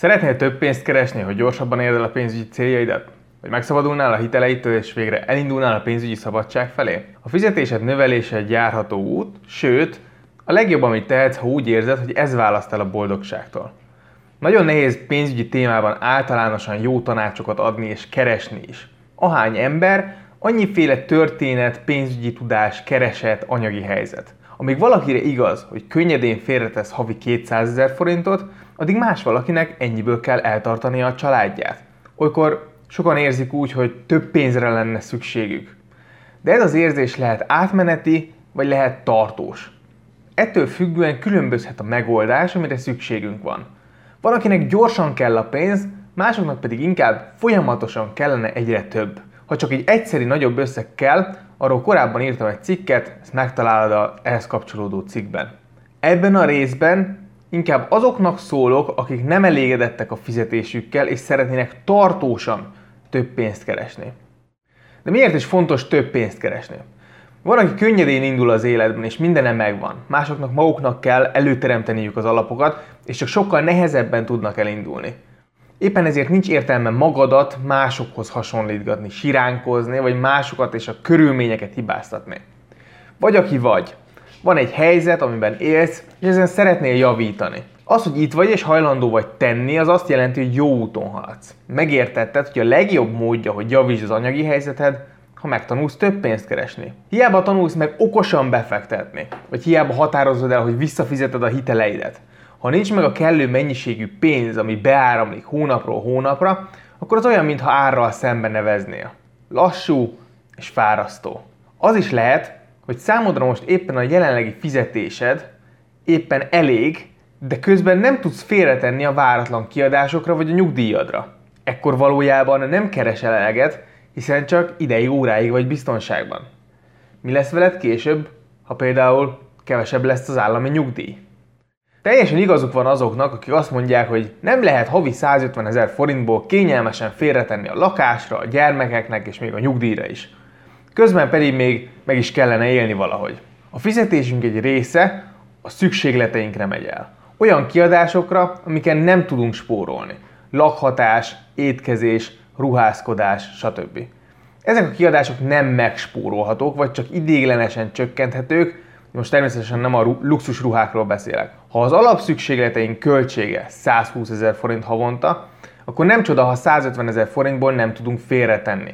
Szeretnél több pénzt keresni, hogy gyorsabban érd el a pénzügyi céljaidat? Vagy megszabadulnál a hiteleitől és végre elindulnál a pénzügyi szabadság felé? A fizetésed növelése egy járható út, sőt, a legjobb, amit tehetsz, ha úgy érzed, hogy ez választ el a boldogságtól. Nagyon nehéz pénzügyi témában általánosan jó tanácsokat adni és keresni is. Ahány ember, annyiféle történet, pénzügyi tudás, kereset, anyagi helyzet. Amíg valakire igaz, hogy könnyedén félretesz havi 200 000 forintot, addig más valakinek ennyiből kell eltartania a családját. Olykor sokan érzik úgy, hogy több pénzre lenne szükségük. De ez az érzés lehet átmeneti, vagy lehet tartós. Ettől függően különbözhet a megoldás, amire szükségünk van. Van, akinek gyorsan kell a pénz, másoknak pedig inkább folyamatosan kellene egyre több. Ha csak egy egyszeri nagyobb összeg kell, arról korábban írtam egy cikket, ezt megtalálod az ehhez kapcsolódó cikkben. Ebben a részben inkább azoknak szólok, akik nem elégedettek a fizetésükkel és szeretnének tartósan több pénzt keresni. De miért is fontos több pénzt keresni? Van, aki könnyedén indul az életben, és mindene megvan. Másoknak maguknak kell előteremteniük az alapokat, és csak sokkal nehezebben tudnak elindulni. Éppen ezért nincs értelme magadat másokhoz hasonlítgatni, siránkozni, vagy másokat és a körülményeket hibáztatni. Vagy aki vagy. Van egy helyzet, amiben élsz, és ezen szeretnél javítani. Az, hogy itt vagy és hajlandó vagy tenni, az azt jelenti, hogy jó úton haladsz. Megértetted, hogy a legjobb módja, hogy javítsd az anyagi helyzeted, ha megtanulsz több pénzt keresni. Hiába tanulsz meg okosan befektetni, vagy hiába határozod el, hogy visszafizeted a hiteleidet. Ha nincs meg a kellő mennyiségű pénz, ami beáramlik hónapról hónapra, akkor az olyan, mintha árral szemben neveznél. Lassú és fárasztó. Az is lehet, hogy számodra most éppen a jelenlegi fizetésed éppen elég, de közben nem tudsz félretenni a váratlan kiadásokra vagy a nyugdíjadra. Ekkor valójában nem keresel eleget, hiszen csak ideig, óráig vagy biztonságban. Mi lesz veled később, ha például kevesebb lesz az állami nyugdíj? Teljesen igazuk van azoknak, akik azt mondják, hogy nem lehet havi 150 000 forintból kényelmesen félretenni a lakásra, a gyermekeknek és még a nyugdíjra is. Közben pedig még meg is kellene élni valahogy. A fizetésünk egy része a szükségleteinkre megy el. Olyan kiadásokra, amiken nem tudunk spórolni. Lakhatás, étkezés, ruházkodás, stb. Ezek a kiadások nem megspórolhatók, vagy csak ideiglenesen csökkenthetők, most természetesen nem a luxus ruhákról beszélek. Ha az alapszükségleteink költsége 120 000 forint havonta, akkor nem csoda, ha 150 000 forintból nem tudunk félretenni.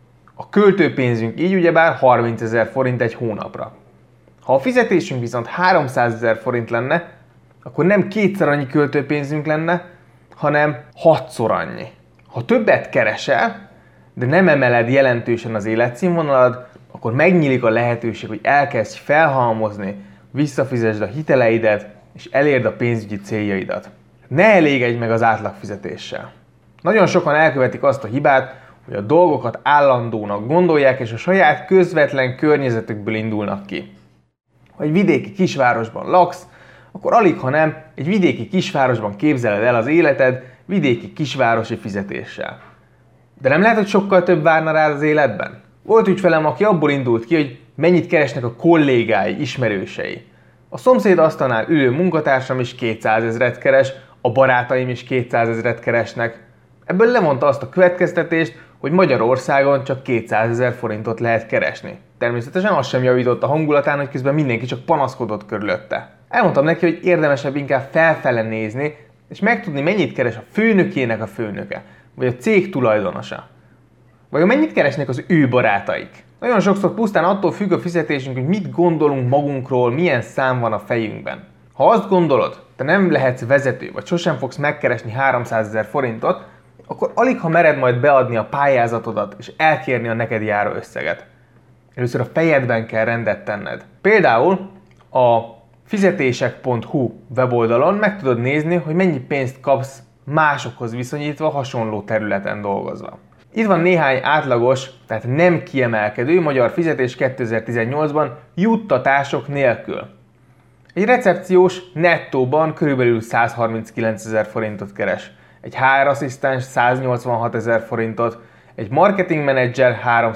A költőpénzünk így ugyebár 30 000 forint egy hónapra. Ha a fizetésünk viszont 300 000 forint lenne, akkor nem kétszer annyi költőpénzünk lenne, hanem 6-szor annyi. Ha többet keresel, de nem emeled jelentősen az életszínvonalad, akkor megnyílik a lehetőség, hogy elkezdj felhalmozni, visszafizesd a hiteleidet, és elérd a pénzügyi céljaidat. Ne elégedj meg az átlagfizetéssel. Nagyon sokan elkövetik azt a hibát, hogy a dolgokat állandónak gondolják, és a saját közvetlen környezetükből indulnak ki. Ha egy vidéki kisvárosban laksz, akkor alig, ha nem, egy vidéki kisvárosban képzeled el az életed vidéki kisvárosi fizetéssel. De nem lehet, hogy sokkal több várna rád az életben? Volt ügyfelem, aki abból indult ki, hogy mennyit keresnek a kollégái, ismerősei. A szomszéd asztalnál ülő munkatársam is 200 000 keres, a barátaim is 200 000 keresnek. Ebből levonta azt a következtetést, hogy Magyarországon csak 200 000 forintot lehet keresni. Természetesen az sem javított a hangulatán, hogy közben mindenki csak panaszkodott körülötte. Elmondtam neki, hogy érdemesebb inkább felfele nézni, és megtudni, mennyit keres a főnökének a főnöke, vagy a cég tulajdonosa. Vagy mennyit keresnek az ő barátaik. Nagyon sokszor pusztán attól függ a fizetésünk, hogy mit gondolunk magunkról, milyen szám van a fejünkben. Ha azt gondolod, te nem lehetsz vezető, vagy sosem fogsz megkeresni 300 000 forintot, akkor alig ha mered majd beadni a pályázatodat, és elkérni a neked járó összeget. Először a fejedben kell rendet tenned. Például a fizetések.hu weboldalon meg tudod nézni, hogy mennyi pénzt kapsz másokhoz viszonyítva hasonló területen dolgozva. Itt van néhány átlagos, tehát nem kiemelkedő magyar fizetés 2018-ban juttatások nélkül. Egy recepciós nettóban körülbelül 139 000 forintot keres, egy HR asszisztens 186 000 forintot, egy marketingmenedzser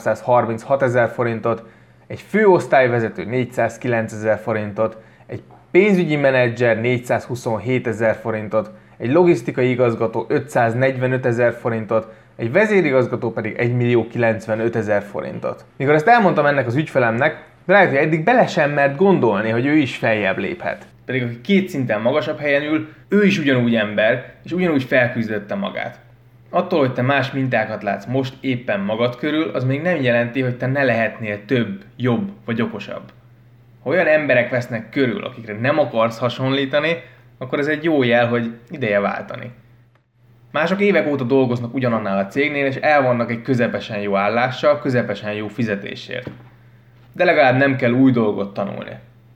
336 000 forintot, egy főosztályvezető 409 000 forintot, egy pénzügyi menedzser 427 000 forintot, egy logisztikai igazgató 545 000 forintot, egy vezérigazgató pedig 1.095 000 forintot. Mikor ezt elmondtam ennek az ügyfelemnek, rájött, hogy eddig bele sem mert gondolni, hogy ő is feljebb léphet. Pedig aki 2 szinten magasabb helyen ül, ő is ugyanúgy ember, és ugyanúgy felküzdötte magát. Attól, hogy te más mintákat látsz most éppen magad körül, az még nem jelenti, hogy te ne lehetnél több, jobb vagy okosabb. Ha olyan emberek vesznek körül, akikre nem akarsz hasonlítani, akkor ez egy jó jel, hogy ideje váltani. Mások évek óta dolgoznak ugyanannál a cégnél, és elvannak egy közepesen jó állással, közepesen jó fizetésért. De legalább nem kell új dolgot tanulni.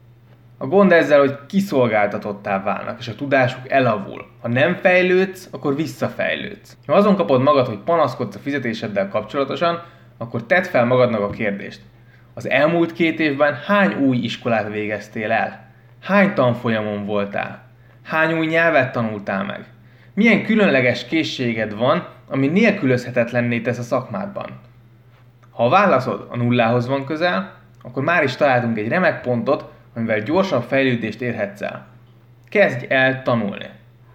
A gond ezzel, hogy kiszolgáltatottá válnak, és a tudásuk elavul. Ha nem fejlődsz, akkor visszafejlődsz. Ha azon kapod magad, hogy panaszkodsz a fizetéseddel kapcsolatosan, akkor tedd fel magadnak a kérdést. Az elmúlt 2 évben hány új iskolát végeztél el? Hány tanfolyamon voltál? Hány új nyelvet tanultál meg? Milyen különleges készséged van, ami nélkülözhetetlenné tesz a szakmádban? Ha a válaszod a nullához van közel, akkor már is találtunk egy remek pontot, amivel gyorsabb fejlődést érhetsz el. Kezdj el tanulni.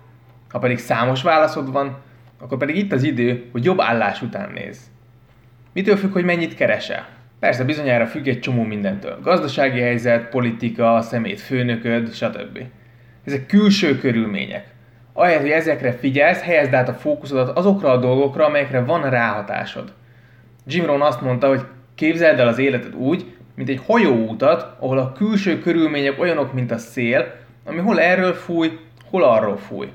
Ha pedig számos válaszod van, akkor pedig itt az idő, hogy jobb állás után nézz. Mitől függ, hogy mennyit keresel? Persze bizonyára függ egy csomó mindentől. Gazdasági helyzet, politika, szemét főnököd, stb. Ezek külső körülmények. Ahelyett, hogy ezekre figyelsz, helyezd át a fókuszodat azokra a dolgokra, amelyekre van ráhatásod. Jim Rohn azt mondta, hogy képzeld el az életed úgy, mint egy hajóútat, ahol a külső körülmények olyanok, mint a szél, ami hol erről fúj, hol arról fúj.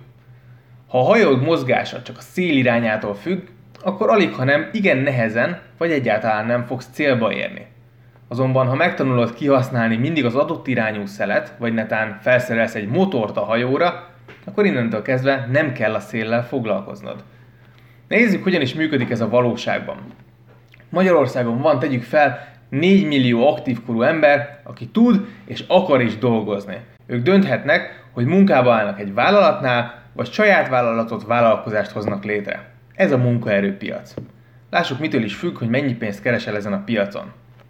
Ha a hajód mozgása csak a szél irányától függ, akkor aligha nem, igen nehezen, vagy egyáltalán nem fogsz célba érni. Azonban, ha megtanulod kihasználni mindig az adott irányú szelet, vagy netán felszerelsz egy motort a hajóra, akkor innentől kezdve nem kell a széllel foglalkoznod. Nézzük, hogyan is működik ez a valóságban. Magyarországon van, tegyük fel, 4 millió aktívkorú ember, aki tud és akar is dolgozni. Ők dönthetnek, hogy munkába állnak egy vállalatnál, vagy saját vállalatot, vállalkozást hoznak létre. Ez a munkaerőpiac. Lássuk, mitől is függ, hogy mennyi pénzt keresel ezen a piacon.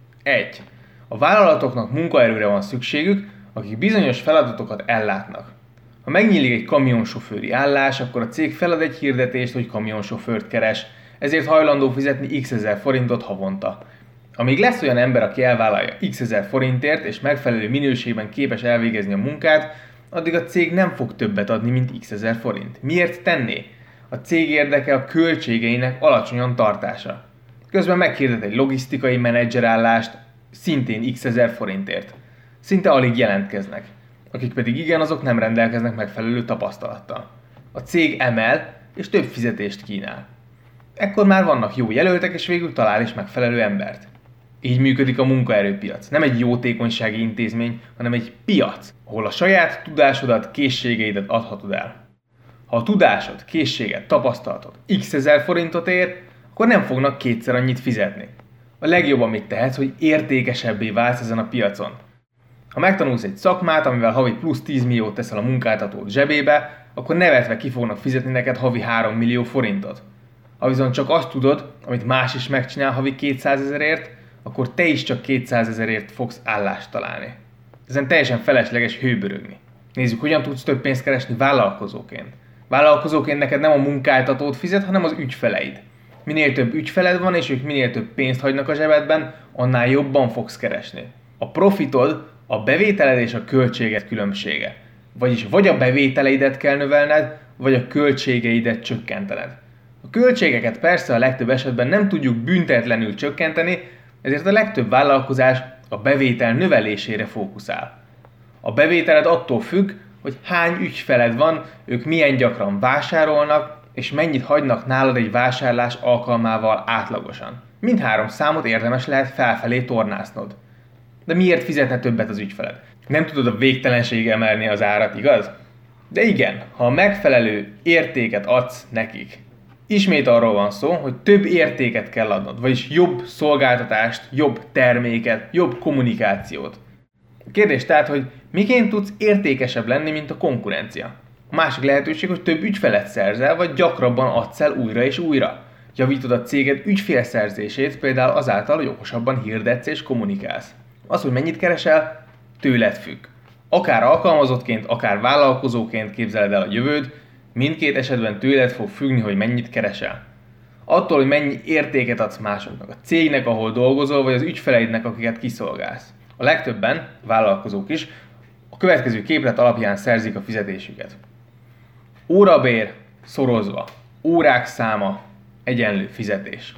1. A vállalatoknak munkaerőre van szükségük, akik bizonyos feladatokat ellátnak. Ha megnyílik egy kamionsofőri állás, akkor a cég felad egy hirdetést, hogy kamionsofőrt keres, ezért hajlandó fizetni x ezer forintot havonta. Amíg lesz olyan ember, aki elvállalja x ezer forintért és megfelelő minőségben képes elvégezni a munkát, addig a cég nem fog többet adni, mint x ezer forint. Miért tenné? A cég érdeke a költségeinek alacsonyan tartása. Közben meghirdet egy logisztikai menedzserállást szintén x ezer forintért. Szinte alig jelentkeznek. Akik pedig igen, azok nem rendelkeznek megfelelő tapasztalattal. A cég emel és több fizetést kínál. Ekkor már vannak jó jelöltek, és végül talál is megfelelő embert. Így működik a munkaerőpiac. Nem egy jótékonysági intézmény, hanem egy piac, ahol a saját tudásodat, készségeidet adhatod el. Ha a tudásod, készséged, tapasztalatod x ezer forintot ér, akkor nem fognak 2-szer annyit fizetni. A legjobb, amit tehetsz, hogy értékesebbé válsz ezen a piacon. Ha megtanulsz egy szakmát, amivel havi plusz 10 milliót teszel a munkáltatód zsebébe, akkor nevetve ki fognak fizetni neked havi 3 millió forintot. Ha viszont csak azt tudod, amit más is megcsinál havi 200 000-ért, akkor te is csak 200 000-ért fogsz állást találni. Ezen teljesen felesleges hőbörögni. Nézzük, hogyan tudsz több pénzt keresni vállalkozóként. Vállalkozóként neked nem a munkáltatót fizet, hanem az ügyfeleid. Minél több ügyfeled van, és ők minél több pénzt hagynak a zsebedben, annál jobban fogsz keresni. A profitod a bevételed és a költséged különbsége. Vagyis vagy a bevételeidet kell növelned, vagy a költségeidet csökkentened. A költségeket persze a legtöbb esetben nem tudjuk büntetlenül csökkenteni, ezért a legtöbb vállalkozás a bevétel növelésére fókuszál. A bevételed attól függ, hogy hány ügyfeled van, ők milyen gyakran vásárolnak, és mennyit hagynak nálad egy vásárlás alkalmával átlagosan. Mindhárom számot érdemes lehet felfelé tornásznod. De miért fizetne többet az ügyfeled? Nem tudod a végtelenség emelni az árat, igaz? De igen, ha a megfelelő értéket adsz nekik. Ismét arról van szó, hogy több értéket kell adnod, vagyis jobb szolgáltatást, jobb terméket, jobb kommunikációt. A kérdés tehát, hogy miként tudsz értékesebb lenni, mint a konkurencia? A másik lehetőség, hogy több ügyfelet szerzel, vagy gyakrabban adsz el újra és újra. Javítod a céged ügyfélszerzését, például azáltal, hogy okosabban hirdetsz és kommunikálsz. Az, hogy mennyit keresel, tőled függ. Akár alkalmazottként, akár vállalkozóként képzeled el a jövőd, Mindkét esetben tőled fog függni, hogy mennyit keresel. Attól, hogy mennyi értéket adsz másoknak, a cégnek, ahol dolgozol, vagy az ügyfeleidnek, akiket kiszolgálsz. A legtöbben, vállalkozók is, a következő képlet alapján szerzik a fizetésüket. Órabér szorozva, órák száma egyenlő fizetés.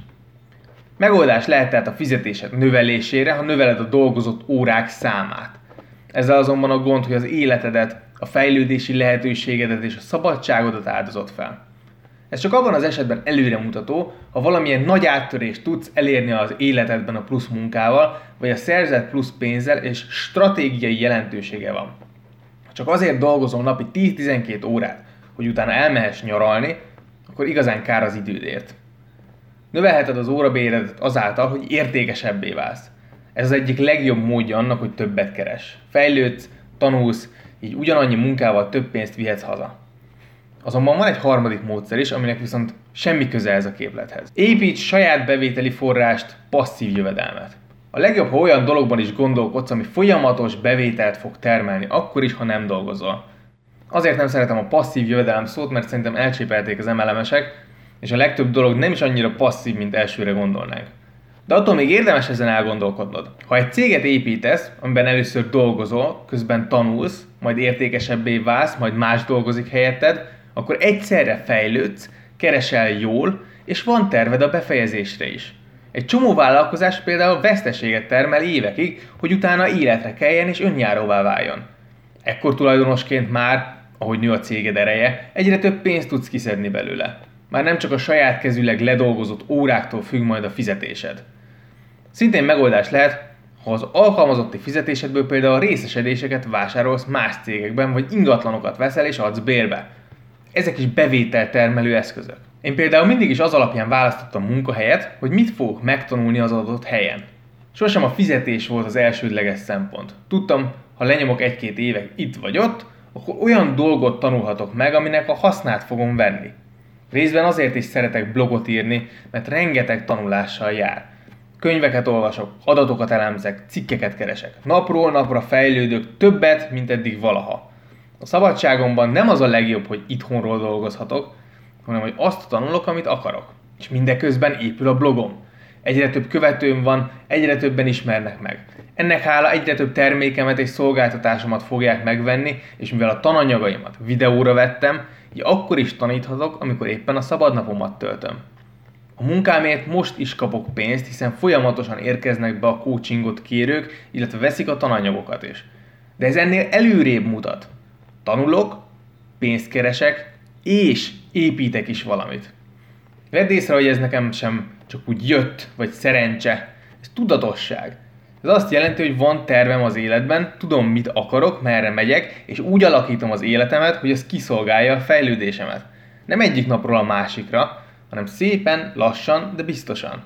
Megoldás lehet tehát a fizetésed növelésére, ha növeled a dolgozott órák számát. Ezzel azonban a gond, hogy az életedet, a fejlődési lehetőségedet és a szabadságodat áldozod fel. Ez csak abban az esetben előremutató, ha valamilyen nagy áttörést tudsz elérni az életedben a plusz munkával, vagy a szerzett plusz pénzzel és stratégiai jelentősége van. Ha csak azért dolgozol napi 10-12 órát, hogy utána elmehess nyaralni, akkor igazán kár az idődért. Növelheted az órabéredet azáltal, hogy értékesebbé válsz. Ez az egyik legjobb módja annak, hogy többet keres. Fejlődsz, tanulsz, így ugyanannyi munkával több pénzt vihetsz haza. Azonban van egy harmadik módszer is, aminek viszont semmi köze ez a képlethez. Építs saját bevételi forrást, passzív jövedelmet. A legjobb, ha olyan dologban is gondolkodsz, ami folyamatos bevételt fog termelni, akkor is, ha nem dolgozol. Azért nem szeretem a passzív jövedelem szót, mert szerintem elcsépelték az MLM-esek, és a legtöbb dolog nem is annyira passzív, mint elsőre gondolnánk. De attól még érdemes ezen elgondolkodnod. Ha egy céget építesz, amiben először dolgozol, közben tanulsz, majd értékesebbé válsz, majd más dolgozik helyetted, akkor egyszerre fejlődsz, keresel jól, és van terved a befejezésre is. Egy csomó vállalkozás például veszteséget termel évekig, hogy utána életre keljen és önjáróvá váljon. Ekkor tulajdonosként már, ahogy nő a céged ereje, egyre több pénzt tudsz kiszedni belőle. Már nem csak a saját kezűleg ledolgozott óráktól függ majd a fizetésed. Szintén megoldás lehet, ha az alkalmazotti fizetésedből például részesedéseket vásárolsz más cégekben, vagy ingatlanokat veszel és adsz bérbe. Ezek is bevételtermelő eszközök. Én például mindig is az alapján választottam munkahelyet, hogy mit fogok megtanulni az adott helyen. Sosem a fizetés volt az elsődleges szempont. Tudtam, ha lenyomok 1-2 évet itt vagy ott, akkor olyan dolgot tanulhatok meg, aminek a hasznát fogom venni. Részben azért is szeretek blogot írni, mert rengeteg tanulással jár. Könyveket olvasok, adatokat elemzek, cikkeket keresek. Napról napra fejlődök többet, mint eddig valaha. A szabadságomban nem az a legjobb, hogy itthonról dolgozhatok, hanem hogy azt tanulok, amit akarok. És mindeközben épül a blogom. Egyre több követőm van, egyre többen ismernek meg. Ennek hála egyre több termékemet és szolgáltatásomat fogják megvenni, és mivel a tananyagaimat videóra vettem, így akkor is taníthatok, amikor éppen a szabadnapomat töltöm. A munkámért most is kapok pénzt, hiszen folyamatosan érkeznek be a coachingot kérők, illetve veszik a tananyagokat is. De ez ennél előrébb mutat. Tanulok, pénzt keresek, és építek is valamit. Vedd észre, hogy ez nekem sem csak úgy jött, vagy szerencse. Ez tudatosság. Ez azt jelenti, hogy van tervem az életben, tudom, mit akarok, merre megyek, és úgy alakítom az életemet, hogy ez kiszolgálja a fejlődésemet. Nem egyik napról a másikra, hanem szépen, lassan, de biztosan.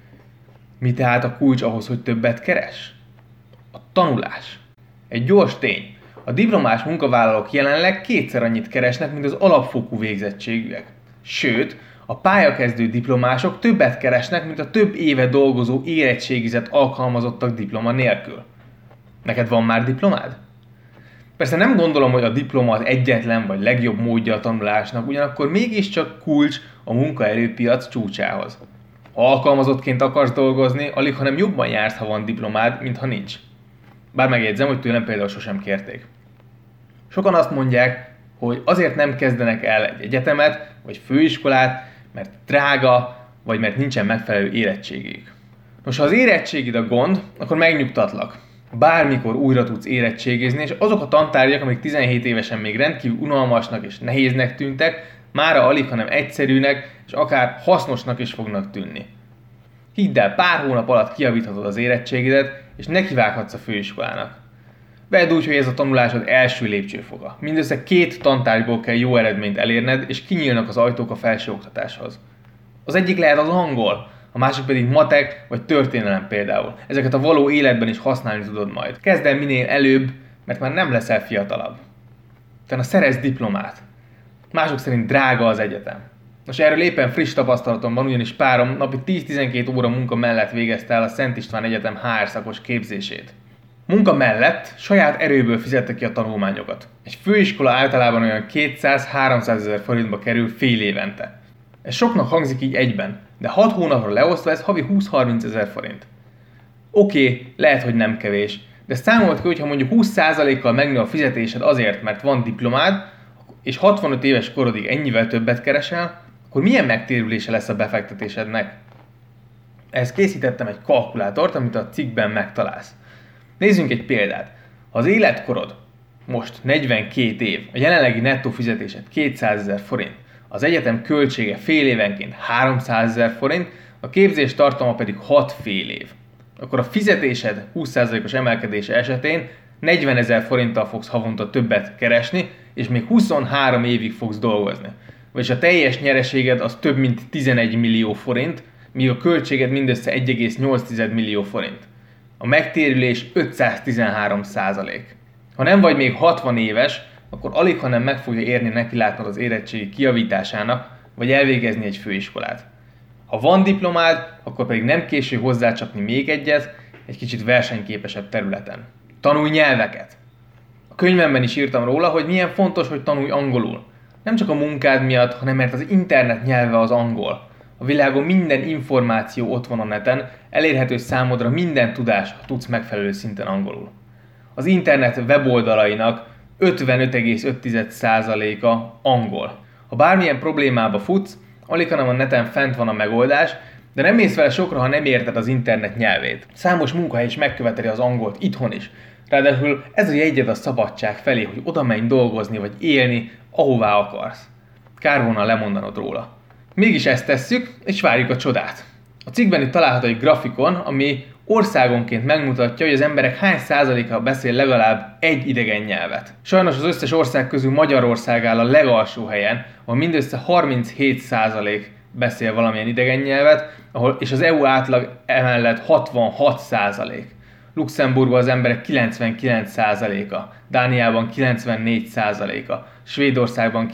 Mi tehát a kulcs ahhoz, hogy többet keres? A tanulás. Egy gyors tény. A diplomás munkavállalók jelenleg 2-szer annyit keresnek, mint az alapfokú végzettségűek. Sőt, a pályakezdő diplomások többet keresnek, mint a több éve dolgozó érettségizett alkalmazottak diploma nélkül. Neked van már diplomád? Persze nem gondolom, hogy a diploma az egyetlen vagy legjobb módja a tanulásnak, ugyanakkor mégiscsak kulcs a munkaerőpiac csúcsához. Ha alkalmazottként akarsz dolgozni, alig hanem jobban jársz, ha van diplomád, mint ha nincs. Bár megjegyzem, hogy tőlem például sosem kérték. Sokan azt mondják, hogy azért nem kezdenek el egy egyetemet, vagy főiskolát, mert drága, vagy mert nincsen megfelelő érettségük. Nos, ha az érettségid a gond, akkor megnyugtatlak. Bármikor újra tudsz érettségizni, és azok a tantárgyak, amik 17 évesen még rendkívül unalmasnak és nehéznek tűntek, mára alig, hanem egyszerűnek, és akár hasznosnak is fognak tűnni. Hidd el, pár hónap alatt kijavíthatod az érettségidet, és nekivághatsz a főiskolának. Vedd úgy, hogy ez a tanulásod első lépcsőfoka. Mindössze 2 tantárgyból kell jó eredményt elérned, és kinyílnak az ajtók a felsőoktatáshoz. Az egyik lehet az angol, a másik pedig matek vagy történelem például. Ezeket a való életben is használni tudod majd. Kezd el minél előbb, mert már nem leszel fiatalabb. Utána szerezz diplomát. Mások szerint drága az egyetem. Nos, erről éppen friss tapasztalatom van, ugyanis párom napi 10-12 óra munka mellett végezte el a Szent István Egyetem HR szakos képzését. Munka mellett saját erőből fizette ki a tanulmányokat. Egy főiskola általában olyan 200-300 ezer forintba kerül fél évente. Ez soknak hangzik így egyben, de 6 hónapra leosztva ez havi 20-30 ezer forint. Oké, lehet, hogy nem kevés, de számolt ki, hogyha mondjuk 20%-kal megnő a fizetésed azért, mert van diplomád, és 65 éves korodig ennyivel többet keresel, akkor milyen megtérülése lesz a befektetésednek? Ehhez készítettem egy kalkulátort, amit a cikkben megtalálsz. Nézzünk egy példát. Ha az életkorod most 42 év, a jelenlegi nettó fizetésed 200 ezer forint, az egyetem költsége fél évenként 300 ezer forint, a képzés tartalma pedig 6 fél év, akkor a fizetésed 20%-os emelkedése esetén 40 ezer forinttal fogsz havonta többet keresni, és még 23 évig fogsz dolgozni. Vagyis a teljes nyereséged az több mint 11 millió forint, míg a költséged mindössze 1,8 millió forint. A megtérülés 513%. Ha nem vagy még 60 éves, akkor aligha nem meg fogja érni nekilátnod az érettségi kijavításának, vagy elvégezni egy főiskolát. Ha van diplomád, akkor pedig nem késő hozzácsapni még egyet, egy kicsit versenyképesebb területen. Tanulj nyelveket! A könyvemben is írtam róla, hogy milyen fontos, hogy tanulj angolul. Nem csak a munkád miatt, hanem mert az internet nyelve az angol. A világon minden információ ott van a neten, elérhető számodra minden tudás, ha tudsz megfelelő szinten angolul. Az internet weboldalainak 55,5%-a angol. Ha bármilyen problémába futsz, alighanem a neten fent van a megoldás, de nem mész vele sokra, ha nem érted az internet nyelvét. Számos munkahely is megköveteli az angolt itthon is. Ráadásul ez a jegyed a szabadság felé, hogy oda menj dolgozni vagy élni, ahová akarsz. Kár volna lemondanod róla. Mégis ezt tesszük, és várjuk a csodát. A cikkben itt található egy grafikon, ami országonként megmutatja, hogy az emberek hány százaléka beszél legalább egy idegen nyelvet. Sajnos az összes ország közül Magyarország áll a legalsó helyen, ahol mindössze 37% beszél valamilyen idegen nyelvet, és az EU átlag emellett 66%. Luxemburgban az emberek 99%-a, Dániában 94%-a, Svédországban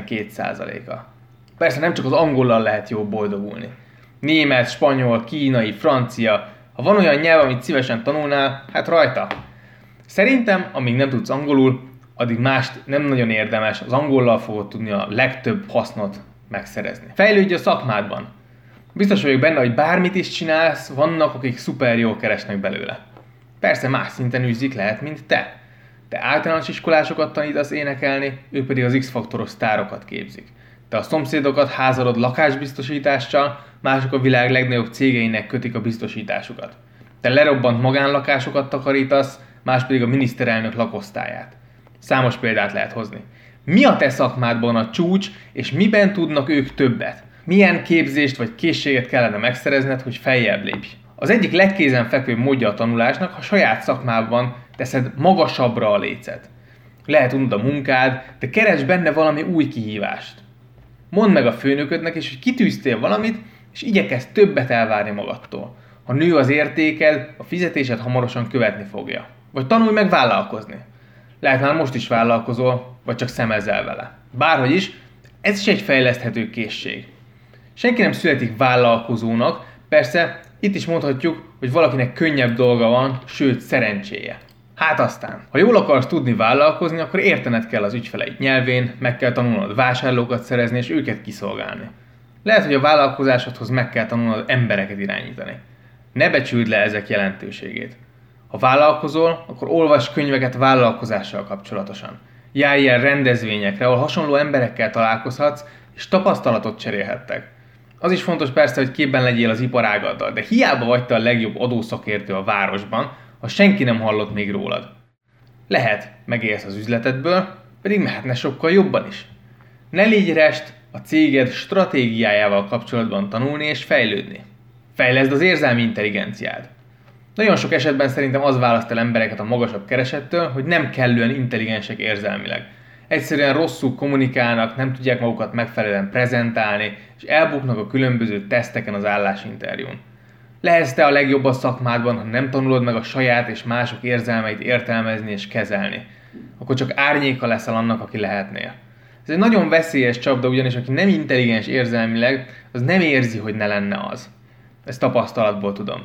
92%-a. Persze nem csak az angollal lehet jól boldogulni. Német, spanyol, kínai, francia. Ha van olyan nyelv, amit szívesen tanulnál, hát rajta. Szerintem, amíg nem tudsz angolul, addig mást nem nagyon érdemes, az angollal fogod tudni a legtöbb hasznot megszerezni. Fejlődj a szakmádban. Biztos vagyok benne, hogy bármit is csinálsz, vannak, akik szuper jól keresnek belőle. Persze más szinten űzik lehet, mint te. Te általános iskolásokat tanítasz énekelni, ők pedig az X-faktoros sztárokat képzik. Te a szomszédokat házalod lakásbiztosítással, mások a világ legnagyobb cégeinek kötik a biztosításukat. Te lerobbant magánlakásokat takarítasz, más pedig a miniszterelnök lakosztályát. Számos példát lehet hozni. Mi a te szakmádban a csúcs, és miben tudnak ők többet? Milyen képzést vagy készséget kellene megszerezned, hogy feljebb lépj? Az egyik legkézenfekvőbb módja a tanulásnak, ha saját szakmában teszed magasabbra a lécet. Lehet unod a munkád, de keresd benne valami új kihívást. Mondd meg a főnöködnek is, hogy kitűztél valamit, és igyekezz többet elvárni magadtól. Ha nő az értéked, a fizetésed hamarosan követni fogja. Vagy tanulj meg vállalkozni. Lehet már most is vállalkozol, vagy csak szemezel vele. Bárhogy is, ez is egy fejleszthető készség. Senki nem születik vállalkozónak, persze itt is mondhatjuk, hogy valakinek könnyebb dolga van, sőt szerencséje. Hát aztán, ha jól akarsz tudni vállalkozni, akkor értened kell az ügyfeleid nyelvén, meg kell tanulnod vásárlókat szerezni és őket kiszolgálni. Lehet, hogy a vállalkozásodhoz meg kell tanulnod embereket irányítani. Ne becsüld le ezek jelentőségét. Ha vállalkozol, akkor olvasd könyveket vállalkozással kapcsolatosan. Járj el rendezvényekre, ahol hasonló emberekkel találkozhatsz, és tapasztalatot cserélhettek. Az is fontos persze, hogy képben legyél az iparágaddal, de hiába vagy te a legjobb adószakértő a városban, ha senki nem hallott még rólad. Lehet, megélsz az üzletedből, pedig mehetne sokkal jobban is. Ne légy rest a céged stratégiájával kapcsolatban tanulni és fejlődni. Fejleszd az érzelmi intelligenciád. Nagyon sok esetben szerintem az választ el embereket a magasabb keresettől, hogy nem kellően intelligensek érzelmileg. Egyszerűen rosszul kommunikálnak, nem tudják magukat megfelelően prezentálni, és elbuknak a különböző teszteken az állásinterjún. Lehetsz te a legjobb a szakmádban, ha nem tanulod meg a saját és mások érzelmeit értelmezni és kezelni. Akkor csak árnyéka leszel annak, aki lehetnél. Ez egy nagyon veszélyes csapda, ugyanis aki nem intelligens érzelmileg, az nem érzi, hogy ne lenne az. Ezt tapasztalatból tudom.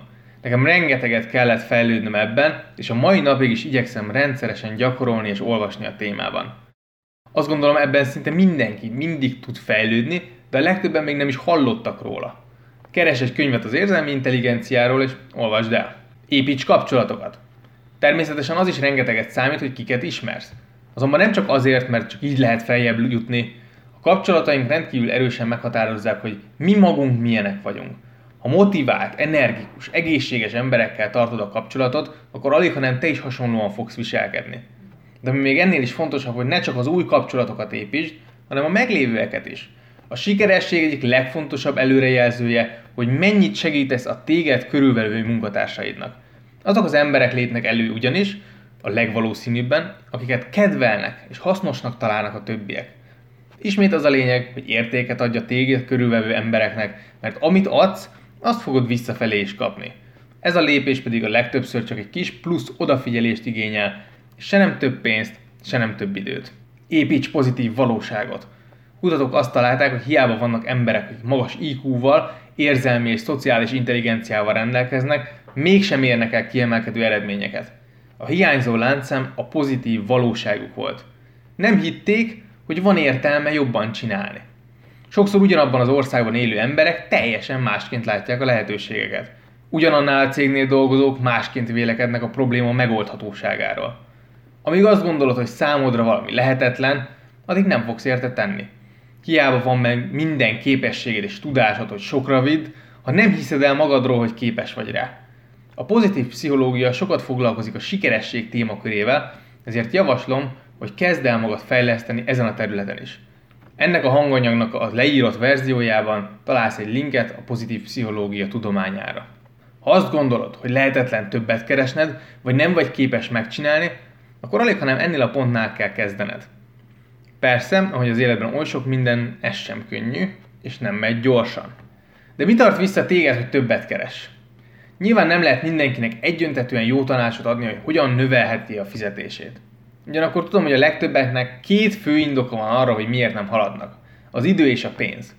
Nekem rengeteget kellett fejlődnöm ebben, és a mai napig is igyekszem rendszeresen gyakorolni és olvasni a témában. Azt gondolom, ebben szinte mindenki mindig tud fejlődni, de a legtöbben még nem is hallottak róla. Keres egy könyvet az érzelmi intelligenciáról és olvasd el. Építs kapcsolatokat. Természetesen az is rengeteget számít, hogy kiket ismersz. Azonban nem csak azért, mert csak így lehet feljebb jutni. A kapcsolataink rendkívül erősen meghatározzák, hogy mi magunk milyenek vagyunk. Ha motivált, energikus, egészséges emberekkel tartod a kapcsolatot, akkor alighanem te is hasonlóan fogsz viselkedni. De még ennél is fontosabb, hogy ne csak az új kapcsolatokat építsd, hanem a meglévőeket is. A sikeresség egyik legfontosabb előrejelzője, hogy mennyit segítesz a téged körülvevő munkatársaidnak. Azok az emberek lépnek elő ugyanis, a legvalószínűbben, akiket kedvelnek és hasznosnak találnak a többiek. Ismét az a lényeg, hogy értéket adj a téged körülvevő embereknek, mert amit adsz, azt fogod visszafelé is kapni. Ez a lépés pedig a legtöbbször csak egy kis plusz odafigyelést igényel, és se nem több pénzt, se nem több időt. Építs pozitív valóságot. Kutatók azt találták, hogy hiába vannak emberek, akik magas IQ-val, érzelmi és szociális intelligenciával rendelkeznek, mégsem érnek el kiemelkedő eredményeket. A hiányzó láncszem a pozitív valóságuk volt. Nem hitték, hogy van értelme jobban csinálni. Sokszor ugyanabban az országban élő emberek teljesen másként látják a lehetőségeket. Ugyanannál a cégnél dolgozók másként vélekednek a probléma megoldhatóságáról. Amíg azt gondolod, hogy számodra valami lehetetlen, addig nem fogsz érte tenni. Hiába van meg minden képességed és tudásod, hogy sokra vidd, ha nem hiszed el magadról, hogy képes vagy rá. A pozitív pszichológia sokat foglalkozik a sikeresség témakörével, ezért javaslom, hogy kezd el magad fejleszteni ezen a területen is. Ennek a hanganyagnak a leírott verziójában találsz egy linket a pozitív pszichológia tudományára. Ha azt gondolod, hogy lehetetlen többet keresned, vagy nem vagy képes megcsinálni, akkor alighanem ennél a pontnál kell kezdened. Persze, ahogy az életben oly sok minden, ez sem könnyű, és nem megy gyorsan. De mi tart vissza téged, hogy többet keres? Nyilván nem lehet mindenkinek egyöntetűen jó tanácsot adni, hogy hogyan növelheti a fizetését. Ugyanakkor tudom, hogy a legtöbbeknek két fő indoka van arra, hogy miért nem haladnak. Az idő és a pénz.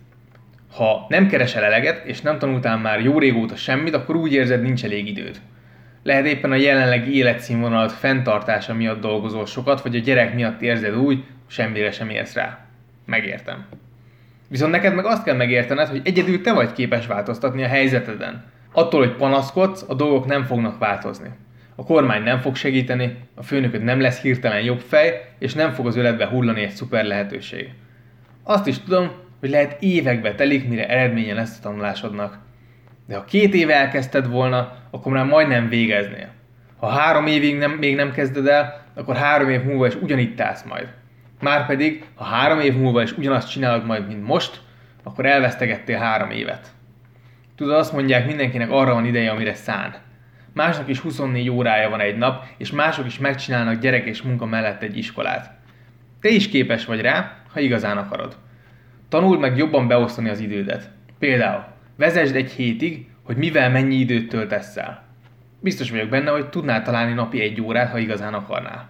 Ha nem keresel eleget, és nem tanultál már jó régóta semmit, akkor úgy érzed, nincs elég időd. Lehet éppen a jelenlegi életszínvonalat fenntartása miatt dolgozol sokat, vagy a gyerek miatt érzed úgy, semmire sem érsz rá. Megértem. Viszont neked meg azt kell megértened, hogy egyedül te vagy képes változtatni a helyzeteden. Attól, hogy panaszkodsz, a dolgok nem fognak változni. A kormány nem fog segíteni, a főnököd nem lesz hirtelen jobb fej, és nem fog az öletbe hullani egy szuper lehetőség. Azt is tudom, hogy lehet évekbe telik, mire eredménye lesz a tanulásodnak. De ha 2 éve elkezdted volna, akkor már majdnem végeznél. Ha 3 évig még nem kezded el, akkor 3 év múlva is ugyanitt állsz majd. Márpedig, ha 3 év múlva is ugyanazt csinálod majd, mint most, akkor elvesztegettél 3 évet. Tudod, azt mondják, mindenkinek arra van ideje, amire szán. Másnak is 24 órája van egy nap, és mások is megcsinálnak gyerek és munka mellett egy iskolát. Te is képes vagy rá, ha igazán akarod. Tanuld meg jobban beosztani az idődet. Például, vezesd egy hétig, hogy mivel mennyi időt töltesz el. Biztos vagyok benne, hogy tudnál találni napi 1 órát, ha igazán akarnál.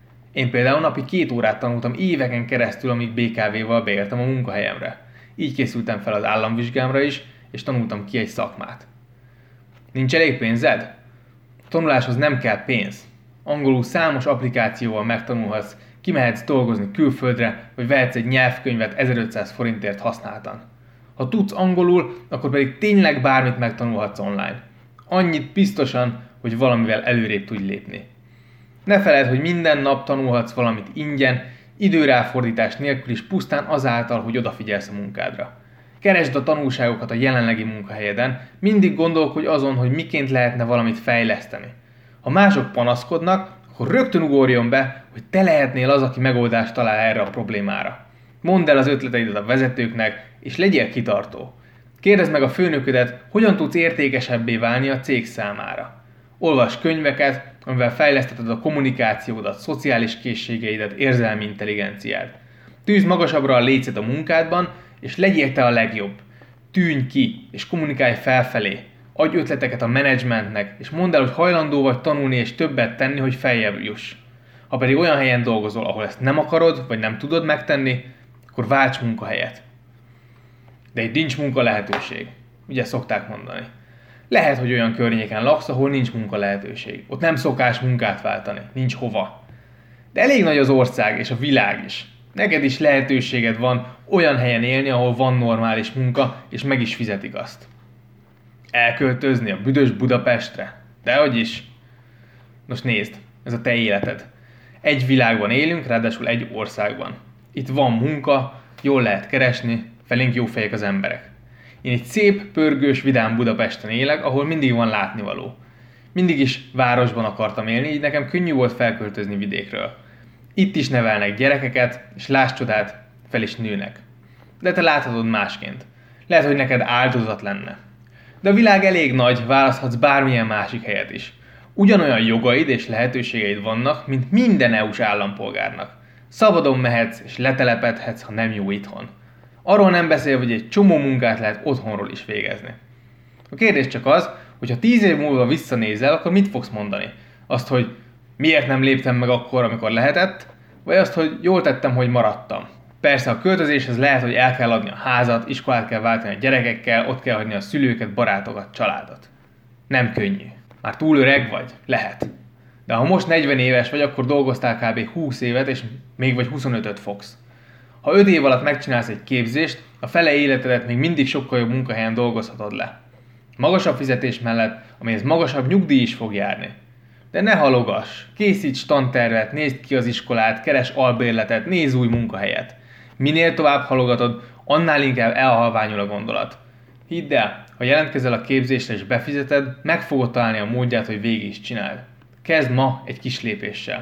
Én például napi 2 órát tanultam éveken keresztül, amíg BKV-val beértem a munkahelyemre. Így készültem fel az államvizsgámra is, és tanultam ki egy szakmát. Nincs elég pénzed? A tanuláshoz nem kell pénz. Angolul számos applikációval megtanulhatsz, kimehetsz dolgozni külföldre, vagy vehetsz egy nyelvkönyvet 1500 forintért használtan. Ha tudsz angolul, akkor pedig tényleg bármit megtanulhatsz online. Annyit biztosan, hogy valamivel előrébb tudj lépni. Ne feledd, hogy minden nap tanulhatsz valamit ingyen, időráfordítás nélkül is pusztán azáltal, hogy odafigyelsz a munkádra. Keresd a tanulságokat a jelenlegi munkahelyeden, mindig gondolkodj azon, hogy miként lehetne valamit fejleszteni. Ha mások panaszkodnak, akkor rögtön ugorjon be, hogy te lehetnél az, aki megoldást talál erre a problémára. Mondd el az ötleteidet a vezetőknek, és legyél kitartó. Kérdezd meg a főnöködet, hogyan tudsz értékesebbé válni a cég számára. Olvasd könyveket, amivel fejlesztheted a kommunikációdat, szociális készségeidet, érzelmi intelligenciát. Tűzd magasabbra a lécet a munkádban, és legyél te a legjobb. Tűnj ki, és kommunikálj felfelé. Adj ötleteket a menedzsmentnek, és mondd el, hogy hajlandó vagy tanulni és többet tenni, hogy feljebb juss. Ha pedig olyan helyen dolgozol, ahol ezt nem akarod, vagy nem tudod megtenni, akkor válts munkahelyet. De itt nincs munka lehetőség. Ugye szokták mondani. Lehet, hogy olyan környéken laksz, ahol nincs munka lehetőség. Ott nem szokás munkát váltani, nincs hova. De elég nagy az ország és a világ is. Neked is lehetőséged van olyan helyen élni, ahol van normális munka, és meg is fizetik azt. Elköltözni a büdös Budapestre? Dehogy is. Nos nézd, ez a te életed. Egy világban élünk, ráadásul egy országban. Itt van munka, jól lehet keresni, felénk jó fejek az emberek. Én egy szép, pörgős, vidám Budapesten élek, ahol mindig van látnivaló. Mindig is városban akartam élni, így nekem könnyű volt felköltözni vidékről. Itt is nevelnek gyerekeket, és láss csodát, fel is nőnek. De te láthatod másként. Lehet, hogy neked áldozat lenne. De a világ elég nagy, választhatsz bármilyen másik helyet is. Ugyanolyan jogaid és lehetőségeid vannak, mint minden EU-s állampolgárnak. Szabadon mehetsz és letelepedhetsz, ha nem jó itthon. Arról nem beszél, hogy egy csomó munkát lehet otthonról is végezni. A kérdés csak az, hogy ha 10 év múlva visszanézel, akkor mit fogsz mondani? Azt, hogy miért nem léptem meg akkor, amikor lehetett, vagy azt, hogy jól tettem, hogy maradtam. Persze a költözéshez lehet, hogy el kell adni a házat, iskolát kell váltani a gyerekekkel, ott kell hagyni a szülőket, barátokat, családot. Nem könnyű. Már túl öreg vagy? Lehet. De ha most 40 éves vagy, akkor dolgoztál kb. 20 évet, és még vagy 25-öt fogsz. Ha 5 év alatt megcsinálsz egy képzést, a fele életedet még mindig sokkal jobb munkahelyen dolgozhatod le. Magasabb fizetés mellett, amihez magasabb nyugdíj is fog járni. De ne halogass, készíts tantervet, nézd ki az iskolát, keres albérletet, nézz új munkahelyet. Minél tovább halogatod, annál inkább elhalványul a gondolat. Hidd el, ha jelentkezel a képzésre és befizeted, meg fogod találni a módját, hogy végig is csináld. Kezd ma egy kis lépéssel.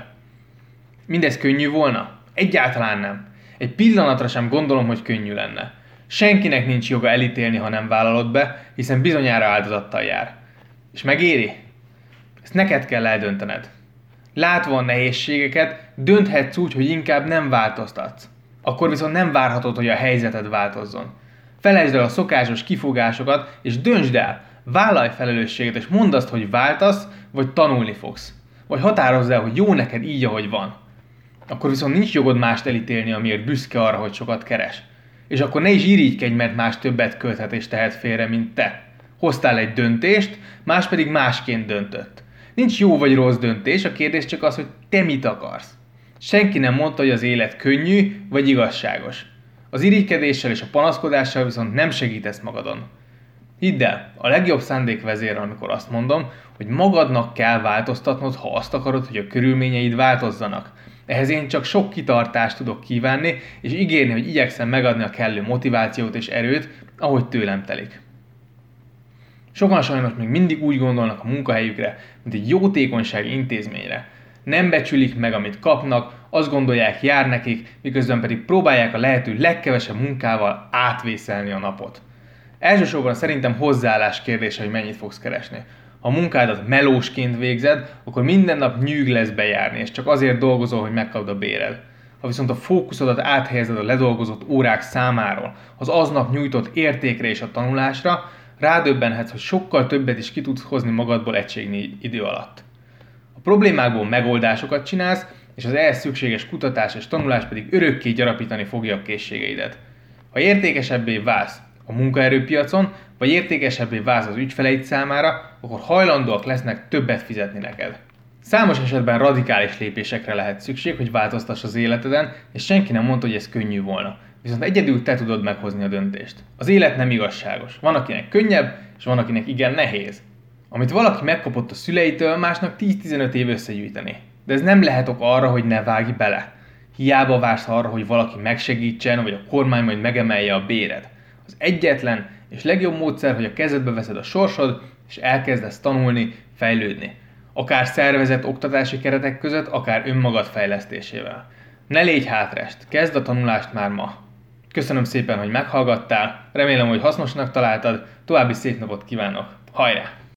Mindez könnyű volna? Egyáltalán nem. Egy pillanatra sem gondolom, hogy könnyű lenne. Senkinek nincs joga elítélni, ha nem vállalod be, hiszen bizonyára áldozattal jár. És megéri? Ezt neked kell eldöntened. Látva a nehézségeket, dönthetsz úgy, hogy inkább nem változtatsz. Akkor viszont nem várhatod, hogy a helyzeted változzon. Felejtsd el a szokásos kifogásokat, és döntsd el, vállalj felelősséget, és mondd azt, hogy váltasz, vagy tanulni fogsz. Vagy határozd el, hogy jó neked így, ahogy van. Akkor viszont nincs jogod mást elítélni, amiért büszke arra, hogy sokat keres. És akkor ne is irigykedj, mert más többet költhet és tehet félre, mint te. Hoztál egy döntést, más pedig másként döntött. Nincs jó vagy rossz döntés, a kérdés csak az, hogy te mit akarsz. Senki nem mondta, hogy az élet könnyű vagy igazságos. Az irigykedéssel és a panaszkodással viszont nem segítesz magadon. Hidd el, a legjobb szándék vezér, amikor azt mondom, hogy magadnak kell változtatnod, ha azt akarod, hogy a körülményeid változzanak. Ehhez én csak sok kitartást tudok kívánni, és ígérni, hogy igyekszem megadni a kellő motivációt és erőt, ahogy tőlem telik. Sokan sajnos még mindig úgy gondolnak a munkahelyükre, mint egy jótékonysági intézményre. Nem becsülik meg, amit kapnak, azt gondolják, jár nekik, miközben pedig próbálják a lehető legkevesebb munkával átvészelni a napot. Elsősorban szerintem hozzáállás kérdése, hogy mennyit fogsz keresni. Ha a munkádat melósként végzed, akkor minden nap nyűg lesz bejárni, és csak azért dolgozol, hogy megkapd a béred. Ha viszont a fókuszodat áthelyezed a ledolgozott órák számáról, az aznap nyújtott értékre és a tanulásra, rádöbbenhetsz, hogy sokkal többet is ki tudsz hozni magadból egységnyi idő alatt. A problémákból megoldásokat csinálsz, és az ehhez szükséges kutatás és tanulás pedig örökké gyarapítani fogja a készséreidet. Ha értékesebbé válsz a munkaerőpiacon, vagy értékesebbé válsz az ügyfeleid számára, akkor hajlandóak lesznek többet fizetni neked. Számos esetben radikális lépésekre lehet szükség, hogy változtass az életeden, és senki nem mondta, hogy ez könnyű volna. Viszont egyedül te tudod meghozni a döntést. Az élet nem igazságos. Van, akinek könnyebb, és van, akinek igen nehéz. Amit valaki megkapott a szüleitől, másnak 10-15 év összegyűjteni. De ez nem lehet ok arra, hogy ne vágj bele. Hiába vársz arra, hogy valaki megsegítsen, vagy a kormány majd megemelje a béred. Az egyetlen és legjobb módszer, hogy a kezedbe veszed a sorsod, és elkezdesz tanulni, fejlődni. Akár szervezett oktatási keretek között, akár önmagad fejlesztésével. Ne légy hátrest, kezd a tanulást már ma. Köszönöm szépen, hogy meghallgattál, remélem, hogy hasznosnak találtad, további szép napot kívánok, hajrá!